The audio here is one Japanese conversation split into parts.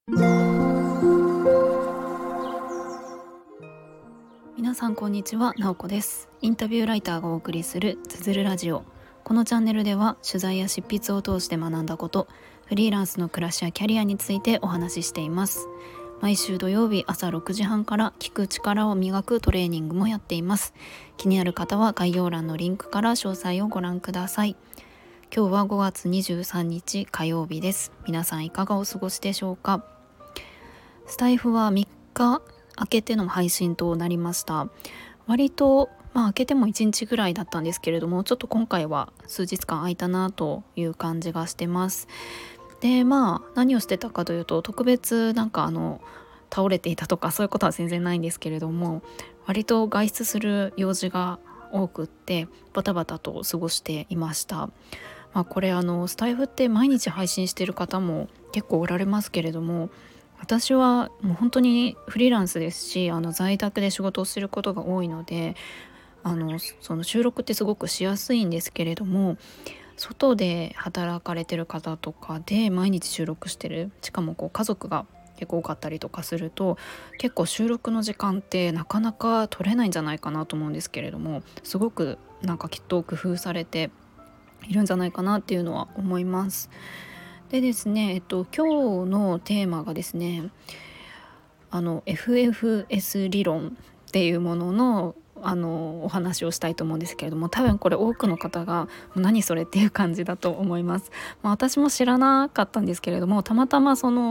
皆さんこんにちは、なおこです。インタビューライターがお送りするつづるラジオ。このチャンネルでは取材や執筆を通して学んだこと、フリーランスの暮らしやキャリアについてお話ししています。毎週土曜日朝6時半から聞く力を磨くトレーニングもやっています。気になる方は概要欄のリンクから詳細をご覧ください。今日は5月23日火曜日です。皆さんいかがお過ごしでしょうか。スタイフは3日明けての配信となりました。割と明けても1日ぐらいだったんですけれども、ちょっと今回は数日間空いたなという感じがしてます。で何をしてたかというと、特別倒れていたとかそういうことは全然ないんですけれども、割と外出する用事が多くってバタバタと過ごしていました。これスタイフって毎日配信している方も結構おられますけれども、私はもう本当にフリーランスですし、在宅で仕事をすることが多いので、その収録ってすごくしやすいんですけれども、外で働かれてる方とかで毎日収録してる、しかも家族が結構多かったりとかすると、結構収録の時間ってなかなか取れないんじゃないかなと思うんですけれども、すごくきっと工夫されているんじゃないかなっていうのは思います。でですね、今日のテーマがですね、FFS 理論っていうもののお話をしたいと思うんですけれども、多分これ多くの方が何それっていう感じだと思います。私も知らなかったんですけれども、たまたま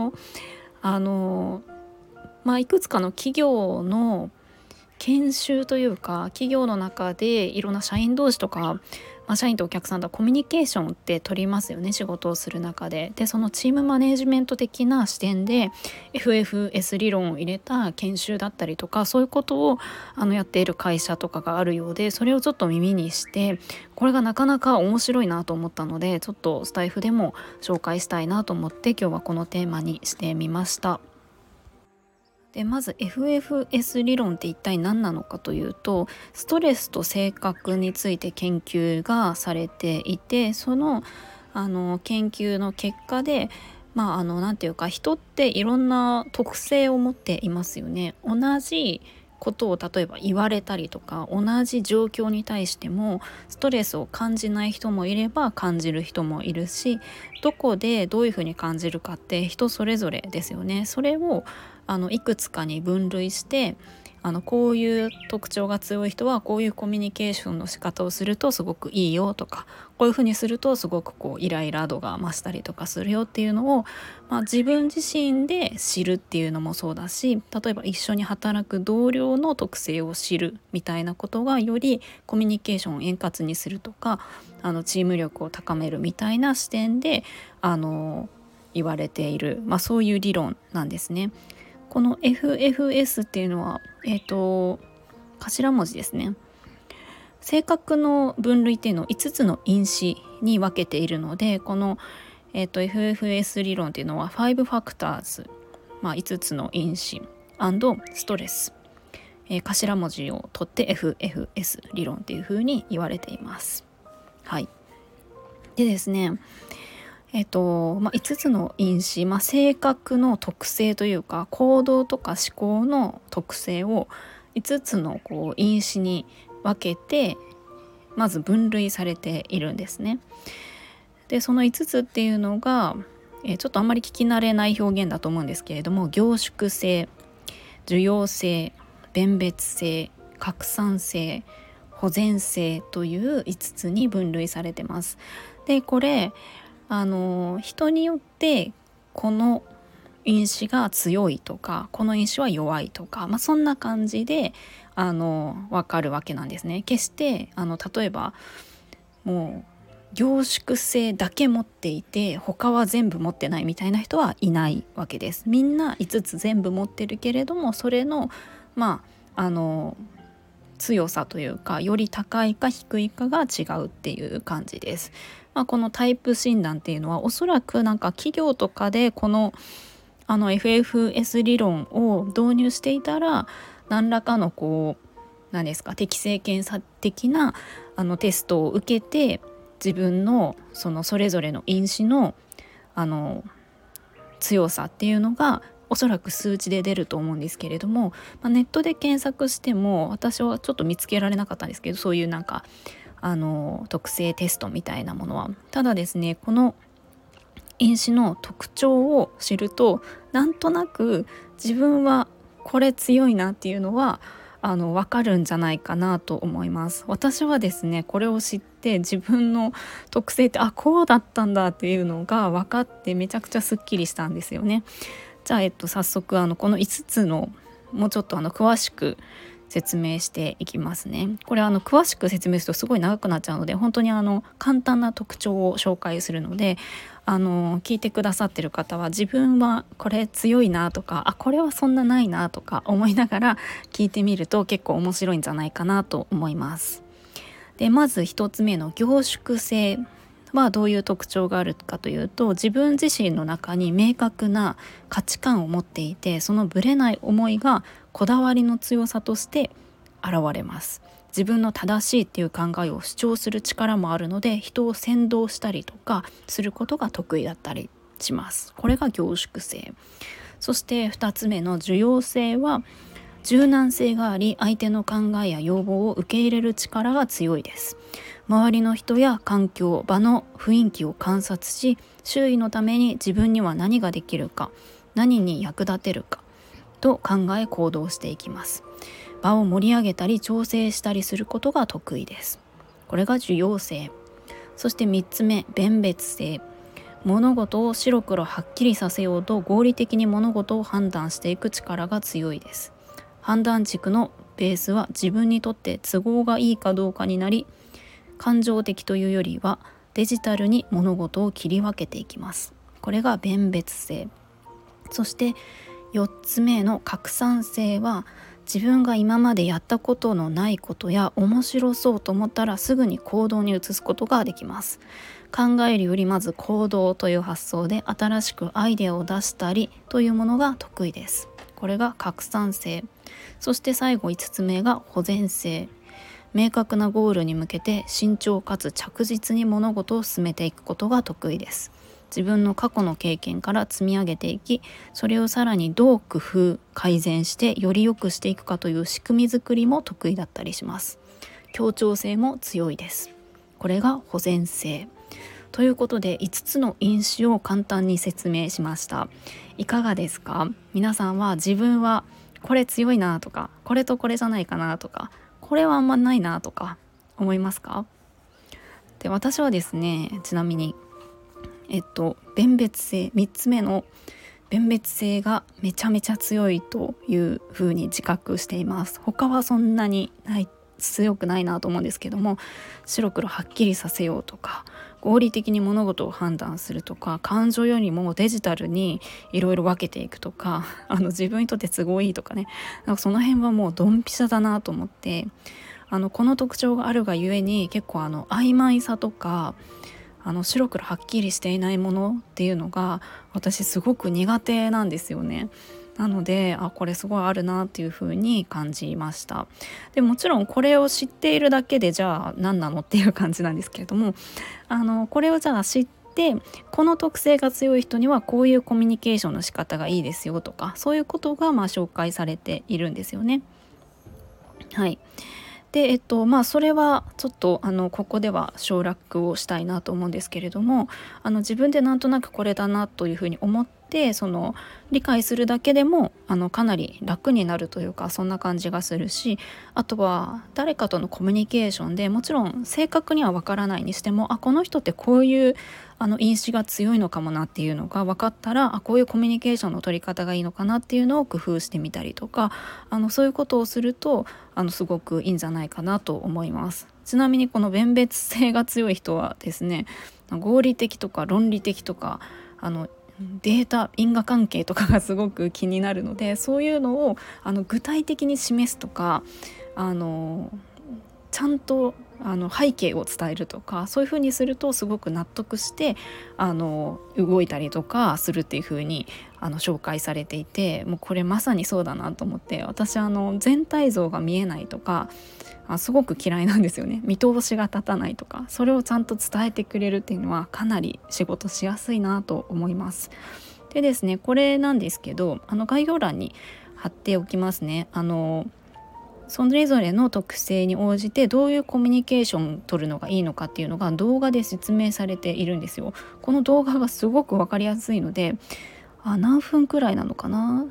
いくつかの企業の研修というか、企業の中でいろんな社員同士とか、社員とお客さんとコミュニケーションって取りますよね、仕事をする中で。でそのチームマネジメント的な視点で FFS 理論を入れた研修だったりとか、そういうことをやっている会社とかがあるようで、それをちょっと耳にして、これがなかなか面白いなと思ったので、ちょっとスタイフでも紹介したいなと思って今日はこのテーマにしてみました。でまず FFS 理論って一体何なのかというと、ストレスと性格について研究がされていて、その研究の結果でなんていうか、人っていろんな特性を持っていますよね。同じことを例えば言われたりとか、同じ状況に対してもストレスを感じない人もいれば感じる人もいるし、どこでどういうふうに感じるかって人それぞれですよね。それをいくつかに分類して、こういう特徴が強い人はこういうコミュニケーションの仕方をするとすごくいいよとか、こういうふうにするとすごくイライラ度が増したりとかするよっていうのを、自分自身で知るっていうのもそうだし、例えば一緒に働く同僚の特性を知るみたいなことが、よりコミュニケーションを円滑にするとか、チーム力を高めるみたいな視点で言われている、そういう理論なんですね。この FFS っていうのは、頭文字ですね。性格の分類っていうのを5つの因子に分けているので、この、FFS 理論っていうのは5ファクターズ、5つの因子ストレス、頭文字を取って FFS 理論っていうふうに言われています。はい。でですね、5つの因子、性格の特性というか、行動とか思考の特性を5つの因子に分けて、まず分類されているんですね。でその5つっていうのが、ちょっとあんまり聞き慣れない表現だと思うんですけれども、凝縮性、受容性、弁別性、拡散性、保全性という5つに分類されてます。でこれ人によってこの因子が強いとか、この因子は弱いとか、そんな感じで分かるわけなんですね。決して例えばもう凝縮性だけ持っていて他は全部持ってないみたいな人はいないわけです。みんな5つ全部持ってるけれども、それの強さというか、より高いか低いかが違うっていう感じです。このタイプ診断っていうのは、おそらく企業とかでこのFFS 理論を導入していたら、何らかの何ですか、適性検査的なテストを受けて、自分のそれぞれの因子の強さっていうのがおそらく数値で出ると思うんですけれども、ネットで検索しても私はちょっと見つけられなかったんですけど、そういう特性テストみたいなものは。ただですね、この因子の特徴を知ると、なんとなく自分はこれ強いなっていうのは分かるんじゃないかなと思います。私はですね、これを知って自分の特性ってこうだったんだっていうのが分かってめちゃくちゃすっきりしたんですよね。じゃあ、早速この5つのもうちょっと詳しく説明していきますね。これ詳しく説明するとすごい長くなっちゃうので、本当に簡単な特徴を紹介するので、聞いてくださってる方は自分はこれ強いなとか、これはそんなないなとか思いながら聞いてみると結構面白いんじゃないかなと思います。で、まず1つ目の凝縮性はどういう特徴があるかというと、自分自身の中に明確な価値観を持っていて、そのぶれない思いがこだわりの強さとして現れます。自分の正しいっていう考えを主張する力もあるので、人を先導したりとかすることが得意だったりします。これが凝縮性。そして2つ目の受容性は、柔軟性があり、相手の考えや要望を受け入れる力が強いです。周りの人や環境、場の雰囲気を観察し、周囲のために自分には何ができるか、何に役立てるかと考え行動していきます。場を盛り上げたり調整したりすることが得意です。これが受容性。そして3つ目、弁別性。物事を白黒はっきりさせようと合理的に物事を判断していく力が強いです。判断軸のベースは自分にとって都合がいいかどうかになり、感情的というよりはデジタルに物事を切り分けていきます。これが弁別性。そして4つ目の拡散性は、自分が今までやったことのないことや面白そうと思ったらすぐに行動に移すことができます。考えるよりまず行動という発想で新しくアイデアを出したりというものが得意です。これが拡散性。そして最後5つ目が保全性。明確なゴールに向けて慎重かつ着実に物事を進めていくことが得意です。自分の過去の経験から積み上げていき、それをさらにどう工夫改善してより良くしていくかという仕組み作りも得意だったりします。協調性も強いです。これが保全性ということで、5つの因子を簡単に説明しました。いかがですか？皆さんは自分はこれ強いなとか、これとこれじゃないかなとか、これはあんまないなとか思いますか？で、私はですね、ちなみに弁別性、3つ目の弁別性がめちゃめちゃ強いというふうに自覚しています。他はそんなに強くないなと思うんですけども、白黒はっきりさせようとか、合理的に物事を判断するとか、感情よりもデジタルにいろいろ分けていくとか、自分にとって都合いいとかね、その辺はもうドンピシャだなと思って、この特徴があるがゆえに結構曖昧さとか白黒はっきりしていないものっていうのが私すごく苦手なんですよね。なのでこれすごいあるなっていう風に感じました。でもちろんこれを知っているだけでじゃあ何なのっていう感じなんですけれども、これをじゃあ知ってこの特性が強い人にはこういうコミュニケーションの仕方がいいですよとか、そういうことが紹介されているんですよね。はい。でそれはちょっとここでは省略をしたいなと思うんですけれども、自分でなんとなくこれだなというふうに思って理解するだけでもかなり楽になるというか、そんな感じがするし、あとは誰かとのコミュニケーションでもちろん正確にはわからないにしても、この人ってこういう因子が強いのかもなっていうのが分かったら、こういうコミュニケーションの取り方がいいのかなっていうのを工夫してみたりとか、そういうことをするとすごくいいんじゃないかなと思います。ちなみにこの弁別性が強い人はですね、合理的とか論理的とかデータ因果関係とかがすごく気になるので、そういうのを具体的に示すとか、ちゃんと背景を伝えるとか、そういう風にするとすごく納得して動いたりとかするっていう風に紹介されていて、もうこれまさにそうだなと思って、私全体像が見えないとかすごく嫌いなんですよね。見通しが立たないとか、それをちゃんと伝えてくれるっていうのはかなり仕事しやすいなと思います。 でですね、これなんですけど、概要欄に貼っておきますね。それぞれの特性に応じてどういうコミュニケーションを取るのがいいのかっていうのが動画で説明されているんですよ。この動画がすごく分かりやすいので、何分くらいなのかな。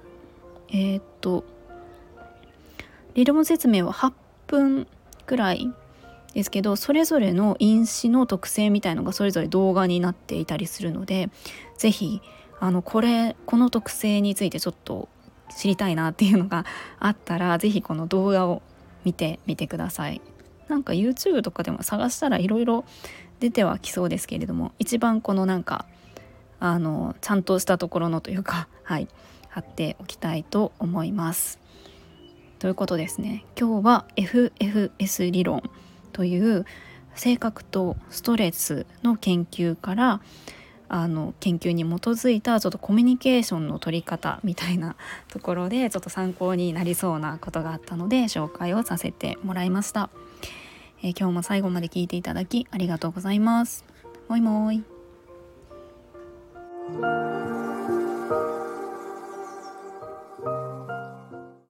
理論説明は8分くらいですけど、それぞれの因子の特性みたいのがそれぞれ動画になっていたりするので、ぜひこの特性についてちょっと知りたいなっていうのがあったら、ぜひこの動画を見てみてください。なんか YouTube とかでも探したらいろいろ出てはきそうですけれども、一番このなんかちゃんとしたところのというか、はい、貼っておきたいと思います。ということですね、今日は FFS 理論という性格とストレスの研究から研究に基づいたちょっとコミュニケーションの取り方みたいなところでちょっと参考になりそうなことがあったので紹介をさせてもらいました。今日も最後まで聞いていただきありがとうございます。もいもい。